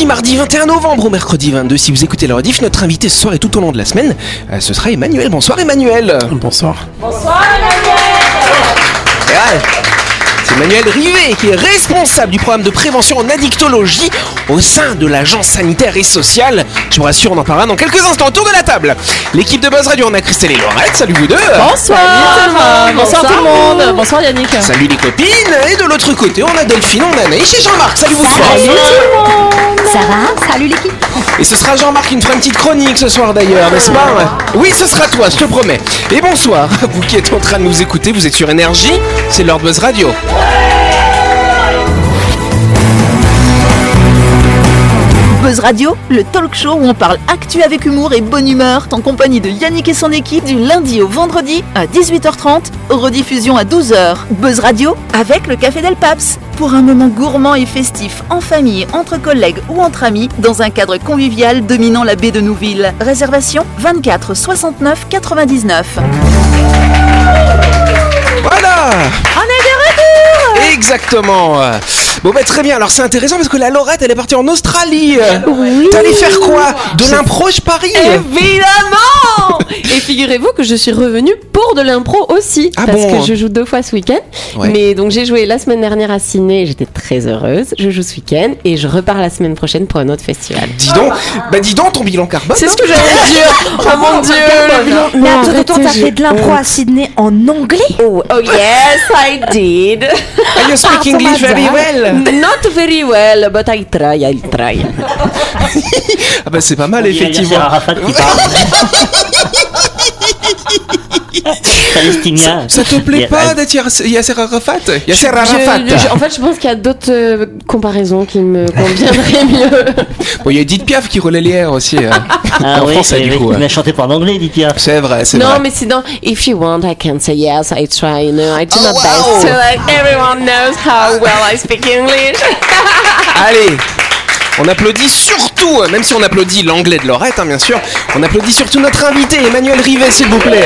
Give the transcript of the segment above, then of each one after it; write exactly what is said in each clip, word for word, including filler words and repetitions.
lundi, mardi vingt et un novembre au mercredi vingt-deux. Si vous écoutez le rediff, notre invité ce soir et tout au long de la semaine, euh, ce sera Emmanuel. Bonsoir Emmanuel. Bonsoir. Bonsoir Emmanuel. Ouais. C'est Emmanuel Rivet qui est responsable du programme de prévention en addictologie au sein de l'agence sanitaire et sociale. Je vous rassure, on en parlera dans quelques instants. Autour de la table, l'équipe de Buzz Radio, on a Christelle et Laurette. Salut vous deux. Bonsoir. Salut, bonsoir, bonsoir tout le monde. Bonsoir Yannick. Salut les copines. Et de l'autre côté, on a Delphine, on a Anaïs et Jean-Marc. Salut vous trois. Salut tout le monde. Ça va? Salut l'équipe. Et ce sera Jean-Marc qui nous fera une petite chronique ce soir d'ailleurs, n'est-ce pas? Oui, ce sera toi, je te promets. Et bonsoir, vous qui êtes en train de nous écouter, vous êtes sur Énergie, c'est l'heure de Buzz Radio. Buzz Radio, le talk show où on parle actu avec humour et bonne humeur, en compagnie de Yannick et son équipe du lundi au vendredi à dix-huit heures trente, rediffusion à douze heures. Buzz Radio avec le Café Del Paps, pour un moment gourmand et festif, en famille, entre collègues ou entre amis, dans un cadre convivial dominant la baie de Nouville. Réservation vingt-quatre soixante-neuf quatre-vingt-dix-neuf. Voilà. On est de retour. Exactement. Bon bah très bien, alors c'est intéressant parce que la Laurette elle est partie en Australie. Oui. T'es allée faire quoi? De l'impro, je parie. Évidemment. Et figurez-vous que je suis revenue pour de l'impro aussi, Ah parce bon que je joue deux fois ce week-end. Ouais. Mais donc j'ai joué la semaine dernière à Sydney, j'étais très heureuse. Je joue ce week-end et je repars la semaine prochaine pour un autre festival. Dis donc, bah dis donc ton bilan carbone. C'est ce que j'allais dire. Oh mon dieu, le bilan. Mais Non, attends, attends, t'as arrêtez, fait de l'impro à Sydney en anglais? Oh, oh yes, I did. Are you speak English very well? Not very well, but I try, I try. Ah bah c'est pas mal Il y a effectivement. Yasser Arafat qui parle. Palestinien. Ça te plaît Il y a- pas d'être Yasser Yasser Arafat? Yasser Je- Arafat. je- en fait, je pense qu'il y a d'autres euh, comparaisons qui me conviendraient mieux. Bon, il y a Edith Piaf qui relaie les airs aussi. euh, Ah en oui, français oui, du oui. coup. Il ouais. a chanté pas en anglais, dit Pierre. C'est vrai, c'est Non, vrai. mais c'est dans If you want, I can say yes, I try, you know, I do Oh, my wow. best. So like everyone knows how well I speak English. Allez, on applaudit surtout, même si on applaudit l'anglais de Laurette, hein, bien sûr, on applaudit surtout notre invité, Emmanuel Rivet, s'il vous plaît.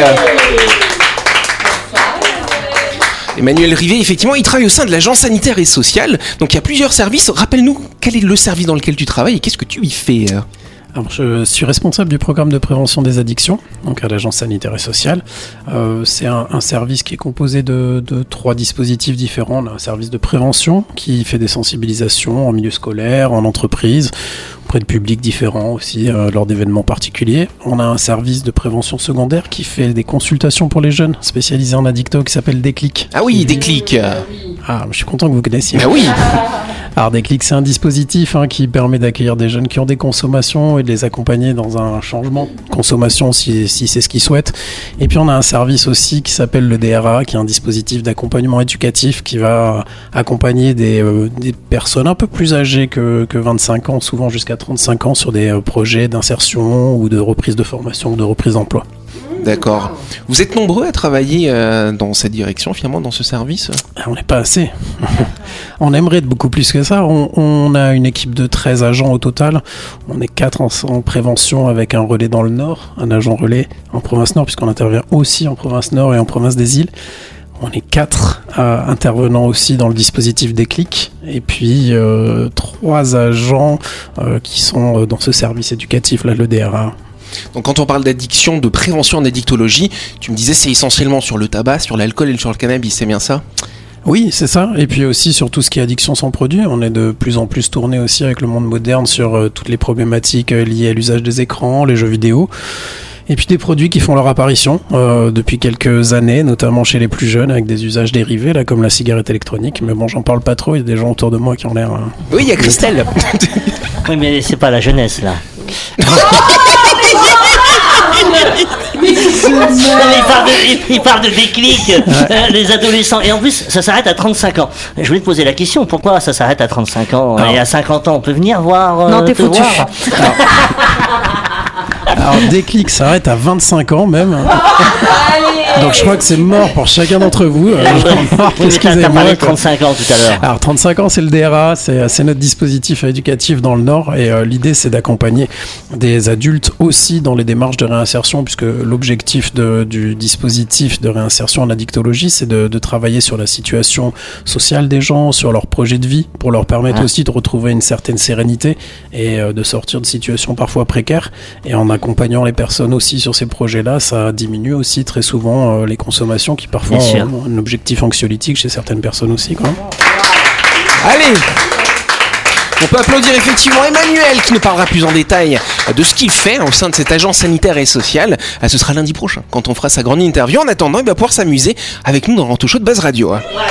Emmanuel Rivet, effectivement, il travaille au sein de l'agence sanitaire et sociale, donc il y a plusieurs services. Rappelle-nous, quel est le service dans lequel tu travailles et qu'est-ce que tu y fais? Alors, je suis responsable du programme de prévention des addictions, donc à l'agence sanitaire et sociale. Euh, c'est un, un service qui est composé de, de trois dispositifs différents. On a un service de prévention qui fait des sensibilisations en milieu scolaire, en entreprise, auprès de publics différents aussi, euh, lors d'événements particuliers. On a un service de prévention secondaire qui fait des consultations pour les jeunes, spécialisé en addicto, qui s'appelle Déclic. Ah oui, Déclic. Ah, je suis content que vous connaissiez. Ah oui. Alors Déclic, c'est un dispositif hein, qui permet d'accueillir des jeunes qui ont des consommations et de les accompagner dans un changement de consommation si, si c'est ce qu'ils souhaitent. Et puis on a un service aussi qui s'appelle le D R A, qui est un dispositif d'accompagnement éducatif qui va accompagner des, euh, des personnes un peu plus âgées que, que vingt-cinq ans, souvent jusqu'à trente-cinq ans, sur des euh, projets d'insertion ou de reprise de formation ou de reprise d'emploi. D'accord. Vous êtes nombreux à travailler euh, dans cette direction, finalement, dans ce service? On n'est pas assez. On aimerait être beaucoup plus que ça. On, on a une équipe de treize agents au total. On est quatre en, en prévention avec un relais dans le Nord, un agent relais en province Nord, puisqu'on intervient aussi en province Nord et en province des Îles. On est quatre euh, intervenants aussi dans le dispositif Déclic. Et puis euh, trois agents euh, qui sont euh, dans ce service éducatif, là, le D R A. Donc quand on parle d'addiction, de prévention en addictologie, tu me disais c'est essentiellement sur le tabac, sur l'alcool et sur le cannabis, c'est bien ça? Oui, c'est ça. Et puis aussi sur tout ce qui est addiction sans produit. On est de plus en plus tourné aussi avec le monde moderne sur euh, toutes les problématiques euh, liées à l'usage des écrans, les jeux vidéo. Et puis des produits qui font leur apparition euh, depuis quelques années, notamment chez les plus jeunes, avec des usages dérivés, là, comme la cigarette électronique. Mais bon, j'en parle pas trop, il y a des gens autour de moi qui ont l'air... Euh... Oui, il y a Christelle. Oui, mais c'est pas la jeunesse, là. Non, mais il, parle de, il, il parle de déclic, euh, les adolescents. Et en plus, ça s'arrête à trente-cinq ans. Je voulais te poser la question, pourquoi ça s'arrête à trente-cinq ans? Alors, et à cinquante ans, on peut venir voir euh, Non, t'es te foutu. voir. Alors, Déclic s'arrête à vingt-cinq ans même. Donc je crois que c'est mort pour chacun d'entre vous. Euh, Jean-Marc, Oui, mais t'as, t'as parlé de quoi. trente-cinq ans tout à l'heure. Alors trente-cinq ans, c'est le D R A, c'est, c'est notre dispositif éducatif dans le Nord et euh, l'idée c'est d'accompagner des adultes aussi dans les démarches de réinsertion puisque l'objectif de, du dispositif de réinsertion en addictologie c'est de, de travailler sur la situation sociale des gens, sur leur projet de vie pour leur permettre Ah. aussi de retrouver une certaine sérénité et euh, de sortir de situations parfois précaires et en accompagnant les personnes aussi sur ces projets-là, ça diminue aussi très souvent euh, les consommations qui parfois Bien sûr. ont un objectif anxiolytique chez certaines personnes aussi quoi. Allez, on peut applaudir effectivement Emmanuel qui nous parlera plus en détail de ce qu'il fait au sein de cette agence sanitaire et sociale. Ah, ce sera lundi prochain quand on fera sa grande interview. En attendant, il va pouvoir s'amuser avec nous dans Ranto Show de Buzz Radio.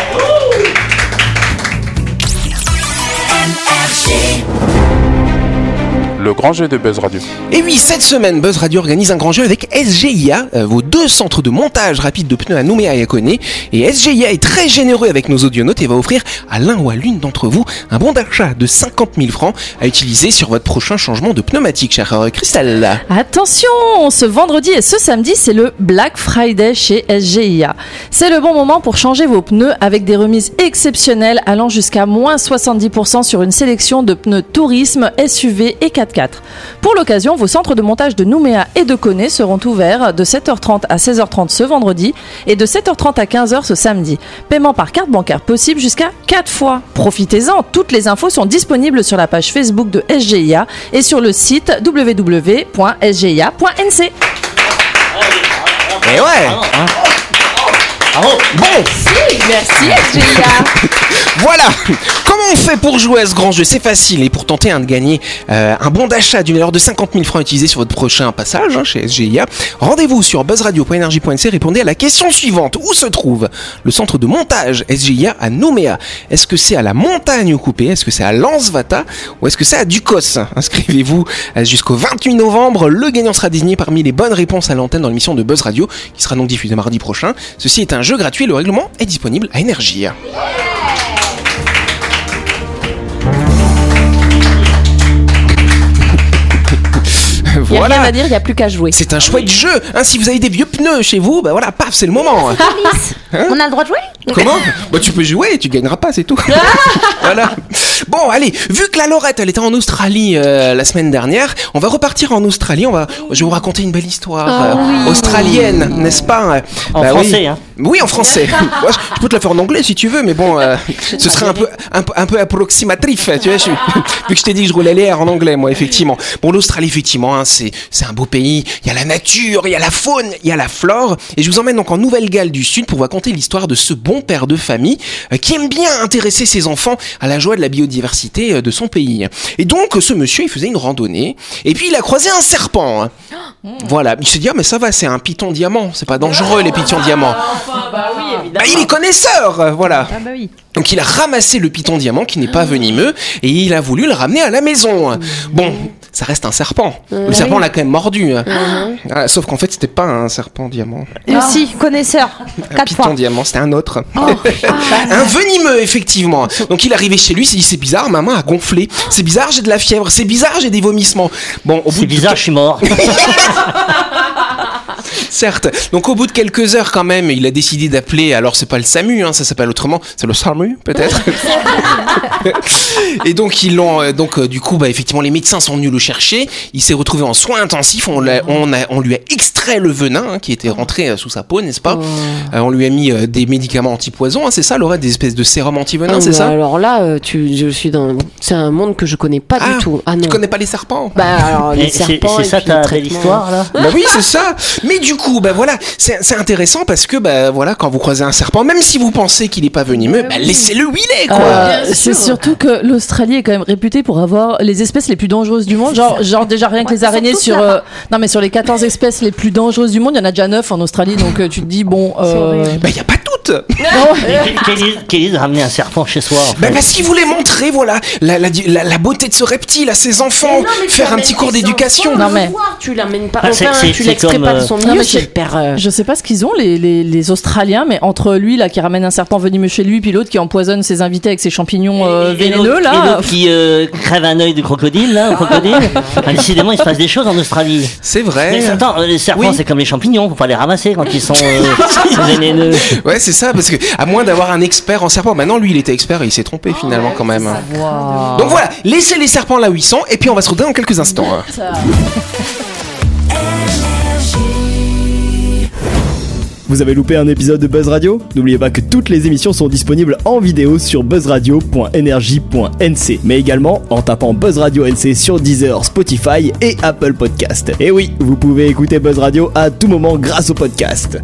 Le grand jeu de Buzz Radio. Et oui, cette semaine, Buzz Radio organise un grand jeu avec S G I A, euh, vos deux centres de montage rapide de pneus à Nouméa et à Koné. Et S G I A est très généreux avec nos audionautes et va offrir à l'un ou à l'une d'entre vous un bon d'achat de cinquante mille francs à utiliser sur votre prochain changement de pneumatique, chère euh, Christelle. Attention, ce vendredi et ce samedi, c'est le Black Friday chez S G I A. C'est le bon moment pour changer vos pneus avec des remises exceptionnelles allant jusqu'à moins soixante-dix pour cent sur une sélection de pneus tourisme, S U V et quatre quatre. Pour l'occasion, vos centres de montage de Nouméa et de Koné seront ouverts de sept heures trente à seize heures trente ce vendredi et de sept heures trente à quinze heures ce samedi. Paiement par carte bancaire possible jusqu'à quatre fois. Profitez-en, toutes les infos sont disponibles sur la page Facebook de S G I A et sur le site w w w point s g i a point n c. Et ouais. Bravo. Bon, Merci S G I A. voilà. Comment on fait pour jouer à ce grand jeu? C'est facile. Et pour tenter hein, de gagner euh, un bon d'achat d'une valeur de cinquante mille francs utilisé sur votre prochain passage hein, chez S G I A, rendez-vous sur buzzradio point energie point n c. Répondez à la question suivante. Où se trouve le centre de montage S G I A à Nouméa? Est-ce que c'est à la montagne au coupé? Est-ce que c'est à Lansvata? Ou est-ce que c'est à Ducos? Inscrivez-vous euh, jusqu'au vingt-huit novembre. Le gagnant sera désigné parmi les bonnes réponses à l'antenne dans l'émission de Buzz Radio, qui sera donc diffusée mardi prochain. Ceci est un jeu gratuit. Le règlement est disponible à Énergie. Il n'y a Voilà. rien à dire, il n'y a plus qu'à jouer. C'est un chouette jeu. Hein, si vous avez des vieux pneus chez vous, bah voilà, paf, c'est le moment. Hein On a le droit de jouer? Comment? Bah tu peux jouer et tu gagneras pas, c'est tout. Voilà. Bon, allez, vu que la Laurette, elle était en Australie euh, la semaine dernière, on va repartir en Australie. On va, je vais vous raconter une belle histoire euh, australienne, n'est-ce pas? En Bah français, oui. hein. Oui, en français. Moi, je peux te la faire en anglais si tu veux, mais bon, euh, ce serait un peu, un, peu- un peu approximatif, tu vois. Je, vu que je t'ai dit que je roulais les airs en anglais, moi, effectivement. Bon, l'Australie, effectivement, hein, c'est, c'est un beau pays. Il y a la nature, il y a la faune, il y a la flore. Et je vous emmène donc en Nouvelle-Galles du Sud pour vous raconter l'histoire de ce bon père de famille euh, qui aime bien intéresser ses enfants à la joie de la biodiversité euh, de son pays. Et donc, ce monsieur, il faisait une randonnée. Et puis, il a croisé un serpent. hein. Voilà. Il s'est dit, ah, mais ça va, c'est un python diamant. C'est pas dangereux, les pythons diamants. Bah oui, évidemment. Bah, il est connaisseur, euh, voilà. Ah bah oui. Donc il a ramassé le python diamant qui n'est pas venimeux et il a voulu le ramener à la maison. Bon, ça reste un serpent. Le serpent l'a quand même mordu. hein. Ah, sauf qu'en fait, c'était pas un serpent diamant. Et aussi, connaisseur. Un Quatre python fois. diamant, c'était un autre. Un venimeux, effectivement. Donc il est arrivé chez lui, il s'est dit, c'est bizarre, ma main a gonflé. C'est bizarre, j'ai de la fièvre. C'est bizarre, j'ai des vomissements. Bon, au bout C'est de bizarre, je suis mort. Certes. Donc au bout de quelques heures quand même, il a décidé d'appeler, alors c'est pas le SAMU, hein, ça s'appelle autrement, c'est le SAMU peut-être. Et donc ils l'ont, euh, donc euh, du coup, bah effectivement les médecins sont venus le chercher. Il s'est retrouvé en soins intensifs. On, l'a, on, a, on lui a extrait le venin hein, qui était rentré euh, sous sa peau, n'est-ce pas? Euh, On lui a mis euh, des médicaments anti-poison, hein, c'est ça, Laura, des espèces de sérum anti-venin, Ah, c'est bah ça? Alors là, euh, tu, je suis dans. C'est un monde que je connais pas Ah, du tout. Ah non. Tu connais pas les serpents? Bah alors les Et c'est, serpents. c'est et ça puis ta le belle traitement. histoire, là? Bah oui, c'est ça. Mais du coup, bah voilà, c'est, c'est intéressant parce que bah voilà, quand vous croisez un serpent, même si vous pensez qu'il est pas venimeux, bah laissez-le où il est, quoi. Euh, c'est surtout que l'Australie est quand même réputée pour avoir les espèces les plus dangereuses du monde. Genre, genre déjà rien que Ouais, les ils sont araignées tous sur. là-bas. euh, non mais sur les quatorze espèces les plus dangereuses du monde, il y en a déjà neuf en Australie. Donc euh, tu te dis bon. Euh, Bah y a pas toutes pilote. Quelle idée- quelle idée de ramener un serpent chez soi, en Bah fait. parce qu'il voulait montrer, voilà, la, la, la, la beauté de ce reptile à ses enfants, Non, mais tu faire un l'amènes petit cours tes d'éducation. enfants Non, le mais- voir, tu l'amènes pas. Ah, c'est- Enfin, c'est- tu c'est l'extrais comme, pas de euh, son Non, milieu, mais c'est je- hyper. euh, Je sais pas ce qu'ils ont, les, les, les Australiens, mais entre lui, là, qui ramène un serpent venimeux chez lui, puis l'autre qui empoisonne ses invités avec ses champignons euh, Et- et vénéneux, l'autre- et là. l'autre qui euh, crève un œil de crocodile, là, un crocodile. Ah, décidément, il se passe des choses en Australie. C'est vrai. Mais attends, euh, les serpents, Oui. c'est comme les champignons, faut pas les ramasser quand ils sont euh, vénéneux. Ouais, c'est ça, parce que à moins d'avoir un expert en serpent, maintenant lui il était expert et il s'est trompé finalement quand même. Donc voilà, laissez les serpents là où ils sont et puis on va se retrouver dans quelques instants. Vous avez loupé un épisode de Buzz Radio? N'oubliez pas que toutes les émissions sont disponibles en vidéo sur buzzradio point energie point n c, mais également en tapant Buzz Radio N C sur Deezer, Spotify et Apple Podcast. Et oui, vous pouvez écouter Buzz Radio à tout moment grâce au podcast.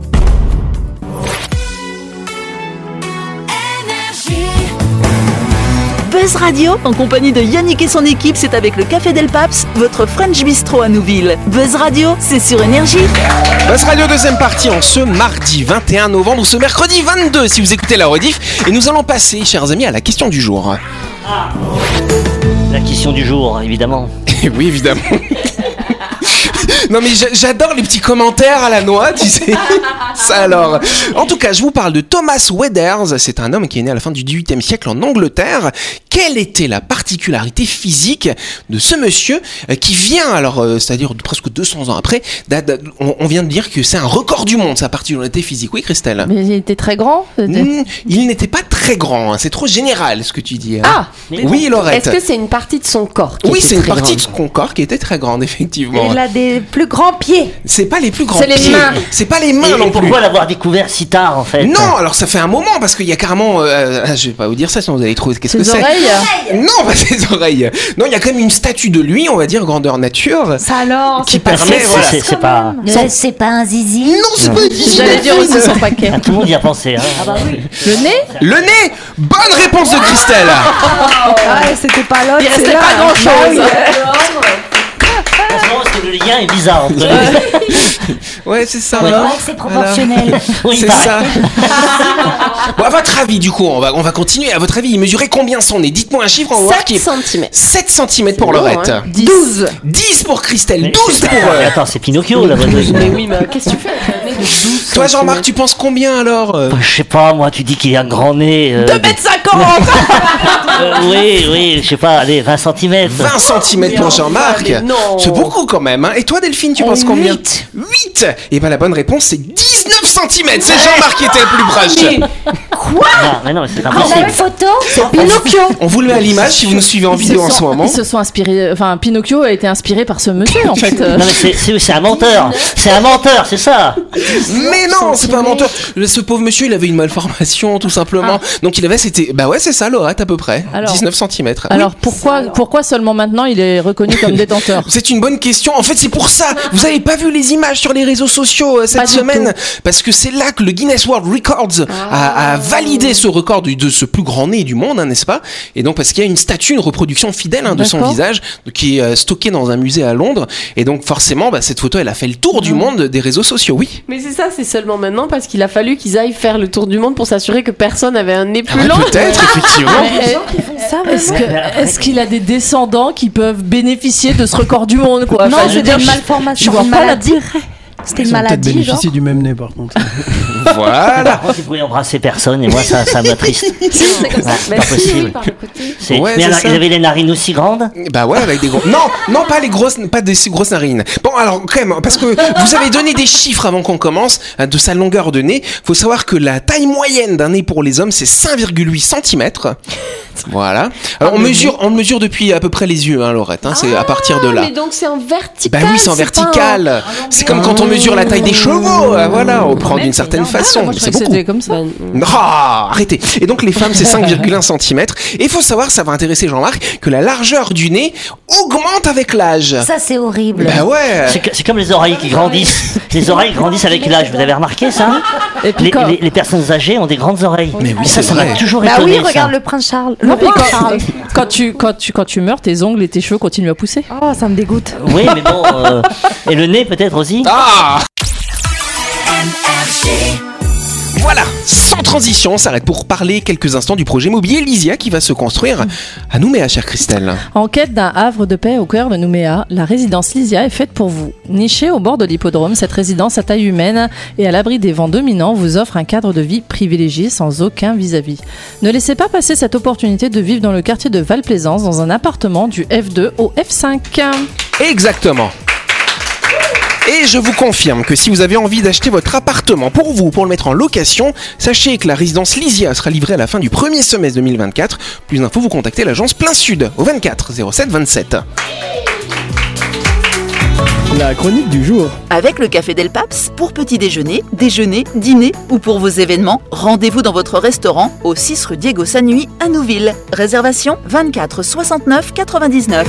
Buzz Radio, en compagnie de Yannick et son équipe, c'est avec le Café Del Paps, votre French Bistro à Nouville. Buzz Radio, c'est sur Énergie. Buzz Radio deuxième partie en ce mardi vingt et un novembre ou ce mercredi vingt-deux si vous écoutez la rediff. Et nous allons passer, chers amis, à la question du jour. La question du jour, évidemment. Et oui, évidemment. Non mais j'a- j'adore les petits commentaires à la noix, tu sais. Ça alors. En tout cas, je vous parle de Thomas Weathers. C'est un homme qui est né à la fin du dix-huitième siècle en Angleterre. Quelle était la particularité physique de ce monsieur euh, qui vient, alors, euh, c'est-à-dire presque deux cents ans après, d'a- d'a- on, on vient de dire que c'est un record du monde, sa particularité physique. Oui, Christelle? Mais il était très grand. c'était- Mmh, il n'était pas très grand, hein. C'est trop général ce que tu dis. hein. Ah, Oui, Laurette. est-ce que c'est une partie de son corps qui Oui, était c'est une très partie grande de son corps qui était très grande, effectivement. Il a des plus grands pieds. C'est pas les plus grands C'est les pieds. mains. C'est pas les Et, mains et non plus. pourquoi l'avoir découvert si tard, en fait? Non, alors ça fait un moment parce qu'il y a carrément. euh, je vais pas vous dire ça sinon vous allez trouver qu'est-ce que Ses c'est. oreilles. Non, pas ses oreilles. Non, il y a quand même une statue de lui, on va dire grandeur nature. Ça alors, Qui c'est pas permet, C'est- voilà. c'est- c'est pas. C'est pas un zizi. Non, c'est pas dit. J'allais dire aussi son paquet. Ah, tout le monde y a pensé. Hein. Le nez. Le nez. Bonne réponse de Christelle. Ouais, c'était pas l'autre. Il c'est restait là. pas grand chose. En ce moment, parce que le lien est bizarre entre les Ouais, c'est ça. Ouais. hein. C'est proportionnel. Oui, C'est pareil. ça. Bon, à votre avis, du coup, on va, on va continuer. À votre avis, il mesurait combien son nez? Dites-moi un chiffre, on va voir sept qui est. centimètres. sept centimètres pour long, Laurette. hein. douze. dix pour Christelle. Mais douze c'est- pour. euh, Mais attends, c'est Pinocchio, la bonne Mais oui, mais qu'est-ce que tu fais avec un nez de douze Toi, Jean-Marc, centimètres? tu penses combien alors euh Je sais pas, moi, tu dis qu'il a un grand nez. euh, deux mètres cinquante. euh, oui, oui, je sais pas, allez, vingt centimètres. vingt centimètres pour Jean-Marc. mais non. C'est beaucoup quand même. Hein. Et toi, Delphine, tu penses combien? huit. huit. Et ben la bonne réponse, c'est dix-neuf centimètres. C'est Jean-Marc qui était le plus proche. Non, mais non, mais c'est On a impossible. une photo. C'est Pinocchio. On vous le met à l'image si vous nous suivez en Ils se vidéo en sont- ce moment. Ils se sont inspirés. Enfin, Pinocchio a été inspiré par ce monsieur, en fait. euh. Non, mais c'est- c'est c'est un menteur. C'est un menteur, c'est ça. Mais non, c'est pas un menteur. Le- Ce pauvre monsieur, il avait une malformation, tout simplement. Donc il avait, c'était. Bah ouais, c'est ça, Laurette, à peu près. Alors- dix-neuf centimètres. Alors pourquoi, pourquoi seulement maintenant il est reconnu comme détenteur? C'est une bonne question. En fait, c'est pour ça. Vous avez pas vu les images sur les réseaux sociaux euh, cette Pas du semaine? Parce que c'est là que le Guinness World Records a, a validé ce record du- de ce plus grand nez du monde, hein, n'est-ce pas? Et donc parce qu'il y a une statue, une reproduction fidèle hein, de son D'accord. visage qui est euh, stockée dans un musée à Londres. Et donc forcément, bah, cette photo, elle a fait le tour du monde des réseaux sociaux. Oui. Mais c'est ça, c'est seulement maintenant parce qu'il a fallu qu'ils aillent faire le tour du monde pour s'assurer que personne avait un nez Ah plus ouais, long. peut-être, effectivement. Mais, euh, Est-ce que- est-ce qu'il a des descendants qui peuvent bénéficier de ce record du monde, quoi? Non, Enfin, je veux c'était dire, une je- malformation. je vois une pas la maladie. C'était une Ils ont peut-être maladie, genre. bénéficié du même nez, par contre. Voilà. Par contre, il pouvait embrasser personne et moi, ça, ça m'attriste. C'est comme ça. C'est pas possible. Par le côté. C'est- Ouais, mais c'est alors, ça. il avait les narines aussi grandes? Bah ouais, avec des gros. Non, non, pas les grosses, pas des si grosses narines. Bon, alors quand même, parce que vous avez donné des chiffres avant qu'on commence euh, de sa longueur de nez. Faut savoir que la taille moyenne d'un nez pour les hommes, c'est cinq virgule huit centimètres. Voilà. Alors on mesure, on mesure depuis à peu près les yeux, hein, Laurette. Hein, c'est à partir de là. Mais donc c'est en vertical. Bah oui, c'est en pas vertical. C'est comme quand on mesure la taille des chevaux. euh, Voilà, on prend d'une certaine Ah, façon. moi, je C'est croyais que beaucoup. c'était comme ça. Ben, Ah, arrêtez. Et donc les femmes c'est cinq virgule un centimètres. Et il faut savoir, ça va intéresser Jean-Marc, que la largeur du nez augmente avec l'âge. Ça, c'est horrible. Bah ouais. C'est que- c'est comme les oreilles qui grandissent. Les oreilles grandissent avec l'âge. Vous avez remarqué ça? Et puis les, quand- les- les personnes âgées ont des grandes oreilles. Mais oui, Et ça, c'est ça m'a vrai. toujours Bah étonné. oui, ça. regarde le prince Charles. Non, Le mais roi quand, Charles. quand tu, quand, tu, quand tu meurs, tes ongles et tes cheveux continuent à pousser. Oh, ça me dégoûte. Oui, mais bon. euh, et le nez peut-être aussi? Ah. Voilà, cent sans transition, on s'arrête pour parler quelques instants du projet immobilier Lysia qui va se construire à Nouméa, chère Christelle. En quête d'un havre de paix au cœur de Nouméa, la résidence Lysia est faite pour vous. Nichée au bord de l'hippodrome, cette résidence à taille humaine et à l'abri des vents dominants vous offre un cadre de vie privilégié sans aucun vis-à-vis. Ne laissez pas passer cette opportunité de vivre dans le quartier de Val-Plaisance dans un appartement du F deux au F cinq. Exactement. Et je vous confirme que si vous avez envie d'acheter votre appartement pour vous, pour le mettre en location, sachez que la résidence Lysia sera livrée à la fin du premier semestre deux mille vingt-quatre. Plus d'infos, vous contactez l'agence Plein Sud au vingt-quatre zéro sept vingt-sept. La chronique du jour. Avec le Café Del Paps, pour petit déjeuner, déjeuner, dîner ou pour vos événements, rendez-vous dans votre restaurant au six rue Diego Sanui à Nouville. Réservation vingt-quatre soixante-neuf quatre-vingt-dix-neuf.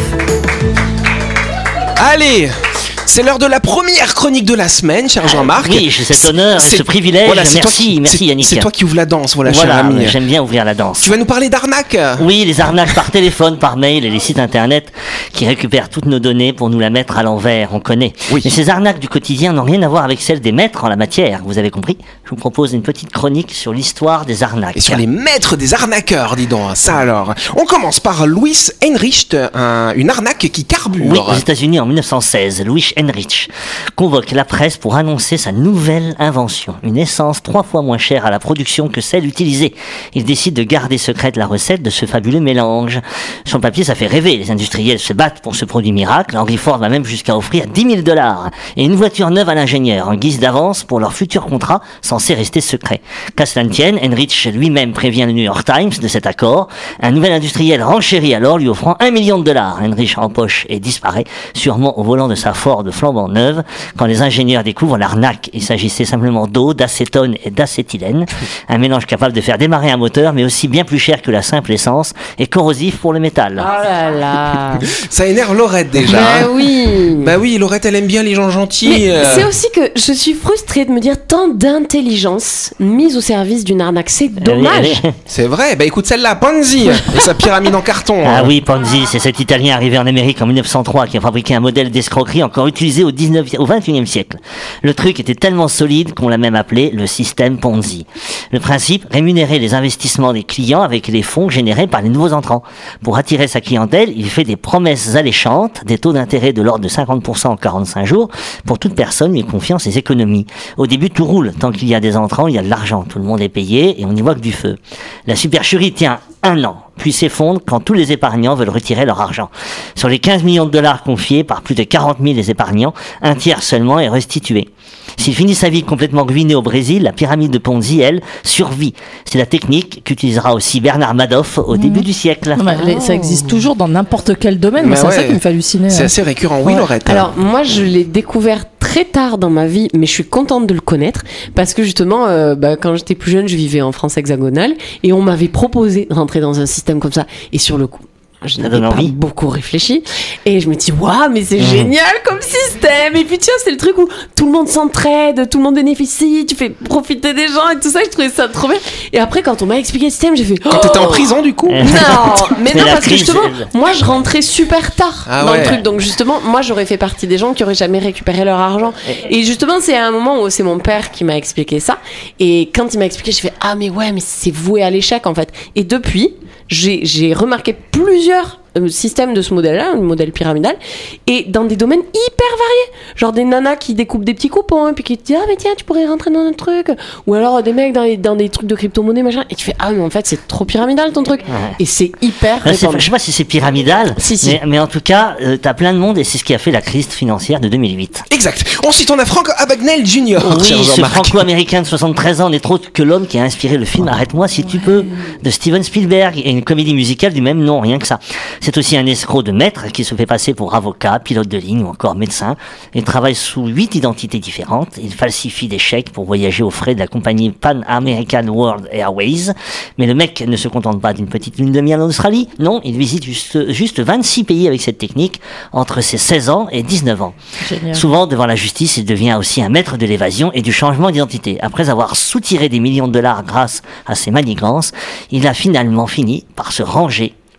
Allez, c'est l'heure de la première chronique de la semaine, cher Jean-Marc. Oui, j'ai cet honneur et C'est- ce privilège. voilà, c'est merci, toi qui- merci c'est- Yannick. C'est toi qui ouvre la danse, voilà, cher Voilà, ami. j'aime bien ouvrir la danse. Tu vas nous parler d'arnaque. Oui, les arnaques par téléphone, par mail et les sites internet qui récupèrent toutes nos données pour nous la mettre à l'envers, on connaît. Oui. Mais ces arnaques du quotidien n'ont rien à voir avec celles des maîtres en la matière, vous avez compris? Je vous propose une petite chronique sur l'histoire des arnaques. Et sur les maîtres des arnaqueurs, dis donc, ça alors. On commence par Louis Heinrich, un- une arnaque qui carbure. Oui, aux États-Unis en mille neuf cent seize, Louis Heinrich convoque la presse pour annoncer sa nouvelle invention, une essence trois fois moins chère à la production que celle utilisée. Il décide de garder secrète la recette de ce fabuleux mélange. Sur le papier, ça fait rêver. Les industriels se battent pour ce produit miracle. Henry Ford va même jusqu'à offrir dix mille dollars et une voiture neuve à l'ingénieur en guise d'avance pour leur futur contrat censé rester secret. Qu'à cela ne tienne, Heinrich lui-même prévient le New York Times de cet accord. Un nouvel industriel renchérit alors, lui offrant un million de dollars. Heinrich empoche et disparaît, sûrement au volant de sa Ford flambant neuve. Quand les ingénieurs découvrent l'arnaque, il s'agissait simplement d'eau, d'acétone et d'acétylène. Un mélange capable de faire démarrer un moteur, mais aussi bien plus cher que la simple essence et corrosif pour le métal. Oh là là. Ça énerve Laurette déjà. Bah hein. oui. Bah oui, Laurette, elle aime bien les gens gentils. Mais euh. c'est aussi que je suis frustrée de me dire tant d'intelligence mise au service d'une arnaque. C'est dommage. C'est vrai, bah écoute celle-là, Ponzi et sa pyramide en carton. Ah hein. oui, Ponzi, c'est cet Italien arrivé en Amérique en mille neuf cent trois qui a fabriqué un modèle d'escroquerie encore utilisé au dix-neuvième, au vingt et unième siècle. Le truc était tellement solide qu'on l'a même appelé le système Ponzi. Le principe, rémunérer les investissements des clients avec les fonds générés par les nouveaux entrants. Pour attirer sa clientèle, il fait des promesses alléchantes, des taux d'intérêt de l'ordre de cinquante pour cent en quarante-cinq jours pour toute personne lui confiant ses économies. Au début, tout roule. Tant qu'il y a des entrants, il y a de l'argent. Tout le monde est payé et on n'y voit que du feu. La supercherie tient un an, puis s'effondre quand tous les épargnants veulent retirer leur argent. Sur les quinze millions de dollars confiés par plus de quarante mille épargnants, un tiers seulement est restitué. S'il finit sa vie complètement ruiné au Brésil, la pyramide de Ponzi, elle, survit. C'est la technique qu'utilisera aussi Bernard Madoff au Mmh. début du siècle. Non, mais les- Ça existe toujours dans n'importe quel domaine. Moi, Mais c'est ouais. ça qui me fait halluciner. C'est hein. assez récurrent, oui Ouais. Laurette. Alors moi je l'ai découvert très tard dans ma vie, mais je suis contente de le connaître parce que justement euh, bah, quand j'étais plus jeune je vivais en France hexagonale et on m'avait proposé de rentrer dans un système comme ça et sur le coup je Ça n'avais donne pas envie. beaucoup réfléchi et je me dis waouh mais c'est Mmh. génial comme système et puis tiens c'est le truc où tout le monde s'entraide, tout le monde bénéficie, tu fais profiter des gens et tout ça, je trouvais ça trop bien et après quand on m'a expliqué le système j'ai fait Quand t'étais en oh prison du coup. Euh. non, mais C'est non, la parce que crise. justement, moi je rentrais super tard Ah dans ouais. le truc, donc justement, moi j'aurais fait partie des gens qui auraient jamais récupéré leur argent. Et justement, c'est à un moment où c'est mon père qui m'a expliqué ça, et quand il m'a expliqué, j'ai fait ah mais ouais, mais c'est voué à l'échec en fait. Et depuis, j'ai j'ai remarqué plusieurs euh, système de ce modèle-là, le modèle pyramidal, et dans des domaines hyper variés. Genre des nanas qui découpent des petits coupons, et puis qui te disent, ah mais tiens, tu pourrais rentrer dans notre truc. Ou alors des mecs dans, les- dans des trucs de crypto-monnaie, machin, et tu fais, ah mais en fait, c'est trop pyramidal ton truc. Ouais. Et c'est hyper Là, c'est- répandu. je sais pas si c'est pyramidal, Si, si. Mais, mais en tout cas, euh, t'as plein de monde et c'est ce qui a fait la crise financière de deux mille huit. Exact. Ensuite, on a Frank Abagnale junior cher Oui, ce Jean-Marc. franco-américain de soixante-treize ans n'est autre que l'homme qui a inspiré le film Arrête-moi si tu peux de Steven Spielberg et une comédie musicale du même nom, rien que ça. C'est aussi un escroc de maître qui se fait passer pour avocat, pilote de ligne ou encore médecin. Il travaille sous huit identités différentes. Il falsifie des chèques pour voyager aux frais de la compagnie Pan American World Airways. Mais le mec ne se contente pas d'une petite lune de miel en Australie. Non, il visite juste, juste vingt-six pays avec cette technique entre ses seize ans et dix-neuf ans. Génial. Souvent, devant la justice, il devient aussi un maître de l'évasion et du changement d'identité. Après avoir soutiré des millions de dollars grâce à ses manigances, il a finalement fini par se ranger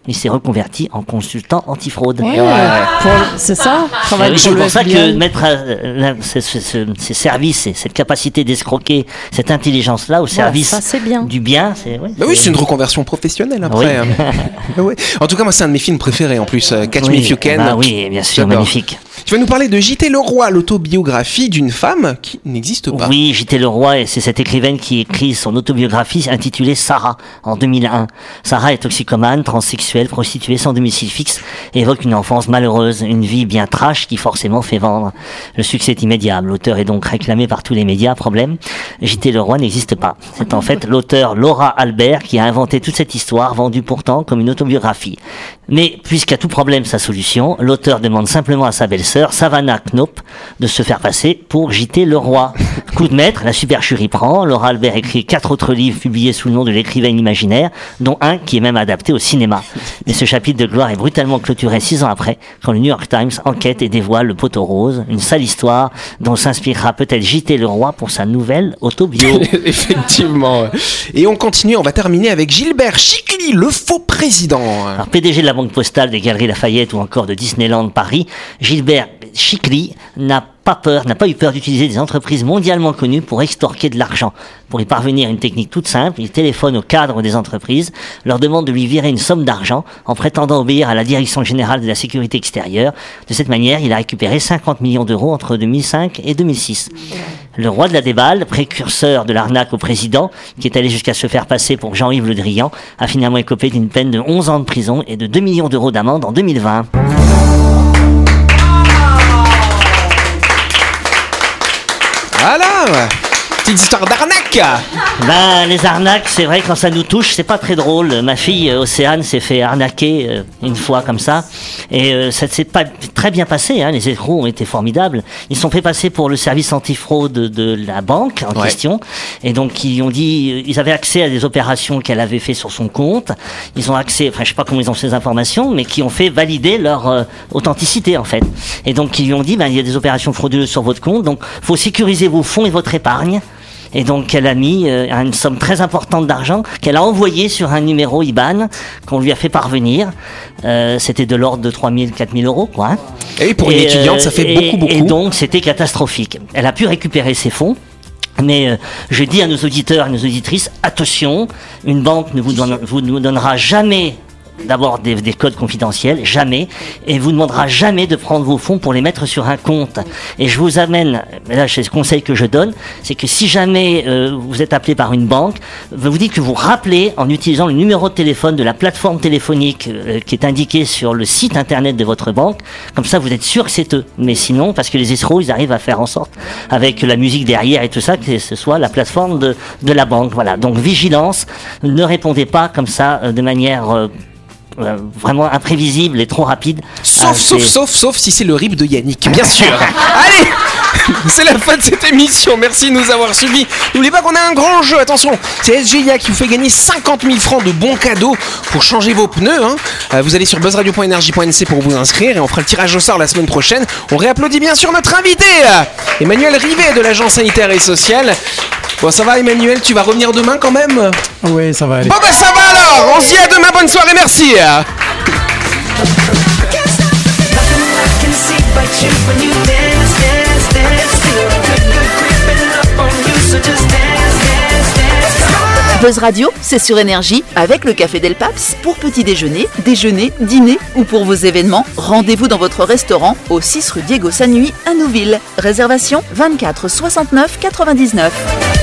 il s'est reconverti en consultant antifraude. Ouais. Pour- C'est ça Et travaille oui, pour c'est le pour ça F B I. que mettre euh, la- ce- ce- ce- ces services et cette capacité d'escroquer, cette intelligence-là au service ça, c'est bien. du bien, c'est ouais, Bah oui, c'est une reconversion professionnelle après. Oui. hein. Ah ouais. En tout cas, moi, c'est un de mes films préférés en plus, euh, Catch Me Oui, If You Can. bah oui, bien sûr, J'adore. magnifique. Tu vas nous parler de J T Leroy, l'autobiographie d'une femme qui n'existe pas. Oui, J T Leroy, et c'est cette écrivaine qui écrit son autobiographie intitulée Sarah en deux mille un. Sarah est toxicomane, transsexuelle, prostituée, sans domicile fixe, et évoque une enfance malheureuse, une vie bien trash qui forcément fait vendre. Le succès est immédiat. L'auteur est donc réclamé par tous les médias. Problème, J T Leroy n'existe pas. C'est en fait l'auteur Laura Albert qui a inventé toute cette histoire, vendue pourtant comme une autobiographie. Mais puisqu'à tout problème sa solution, l'auteur demande simplement à sa belle-sœur, Savannah Knopp, de se faire passer pour J T Leroy. Coup de maître, la supercherie prend. Laura Albert écrit quatre autres livres publiés sous le nom de l'écrivaine imaginaire, dont un qui est même adapté au cinéma. Mais ce chapitre de gloire est brutalement clôturé six ans après, quand le New York Times enquête et dévoile le poteau rose, une sale histoire dont s'inspirera peut-être J T Leroy pour sa nouvelle autobio. Effectivement. Et on continue, on va terminer avec Gilbert Chicli, le faux président. Alors, P D G de la Banque Postale, des Galeries Lafayette ou encore de Disneyland Paris, Gilbert Chicli n'a pas peur, n'a pas eu peur d'utiliser des entreprises mondialement connues pour extorquer de l'argent. Pour y parvenir, une technique toute simple, il téléphone aux cadres des entreprises, leur demande de lui virer une somme d'argent en prétendant obéir à la Direction Générale de la Sécurité Extérieure. De cette manière, il a récupéré cinquante millions d'euros entre deux mille cinq et deux mille six. Le roi de la déballe, précurseur de l'arnaque au président, qui est allé jusqu'à se faire passer pour Jean-Yves Le Drian, a finalement écopé d'une peine de onze ans de prison et de deux millions d'euros d'amende en deux mille vingt. Voilà. Petite histoire d'arnaque. Ben, les arnaques, c'est vrai, quand ça nous touche, c'est pas très drôle. Ma fille, euh, Océane, s'est fait arnaquer euh, une fois comme ça. Et euh, ça s'est pas très bien passé, hein. Les escrocs ont été formidables. Ils se sont fait passer pour le service antifraude de la banque en Ouais. question. Et donc, ils ont dit, ils avaient accès à des opérations qu'elle avait fait sur son compte. Ils ont accès, enfin, je sais pas comment ils ont ces informations, mais qui ont fait valider leur euh, authenticité, en fait. Et donc, ils lui ont dit, ben, il y a des opérations frauduleuses sur votre compte, donc faut sécuriser vos fonds et votre épargne. Et donc, elle a mis euh, une somme très importante d'argent qu'elle a envoyée sur un numéro I B A N qu'on lui a fait parvenir. Euh, c'était de l'ordre de trois mille, quatre mille euros, quoi. Hein. Et pour une Et, étudiante, euh, ça fait et- beaucoup, beaucoup. Et donc, c'était catastrophique. Elle a pu récupérer ses fonds. Mais euh, je dis à nos auditeurs et nos auditrices, attention, une banque ne vous, donne, vous ne donnera jamais d'abord des, des codes confidentiels, jamais, et vous demandera jamais de prendre vos fonds pour les mettre sur un compte. Et je vous amène, là c'est le conseil que je donne, c'est que si jamais euh, vous êtes appelé par une banque, vous dites que vous rappelez en utilisant le numéro de téléphone de la plateforme téléphonique euh, qui est indiquée sur le site internet de votre banque, comme ça vous êtes sûr que c'est eux. Mais sinon, parce que les escrocs, ils arrivent à faire en sorte, avec la musique derrière et tout ça, que ce soit la plateforme de, de la banque. Voilà, donc vigilance, ne répondez pas comme ça euh, de manière... Euh, Euh, vraiment imprévisible et trop rapide. Sauf, Ah, sauf, c'est- sauf, sauf si c'est le rip de Yannick, bien sûr. Allez, c'est la fin de cette émission. Merci de nous avoir suivis. N'oubliez pas qu'on a un grand jeu. Attention, c'est S G I A qui vous fait gagner cinquante mille francs de bons cadeaux pour changer vos pneus. Hein. Euh, vous allez sur buzz radio point énergie point n c pour vous inscrire et on fera le tirage au sort la semaine prochaine. On réapplaudit bien sûr notre invité, euh, Emmanuel Rivet de l'Agence sanitaire et sociale. Bon, ça va, Emmanuel, tu vas revenir demain quand même? Oui, ça va aller. Bon, bah ça va alors. On se dit à demain. Bonne soirée, merci. Buzz Radio, c'est sur Énergie avec le Café Del Paps pour petit déjeuner, déjeuner, dîner ou pour vos événements. Rendez-vous dans votre restaurant au six rue Diego Sanui à Nouville. Réservation vingt-quatre soixante-neuf quatre-vingt-dix-neuf.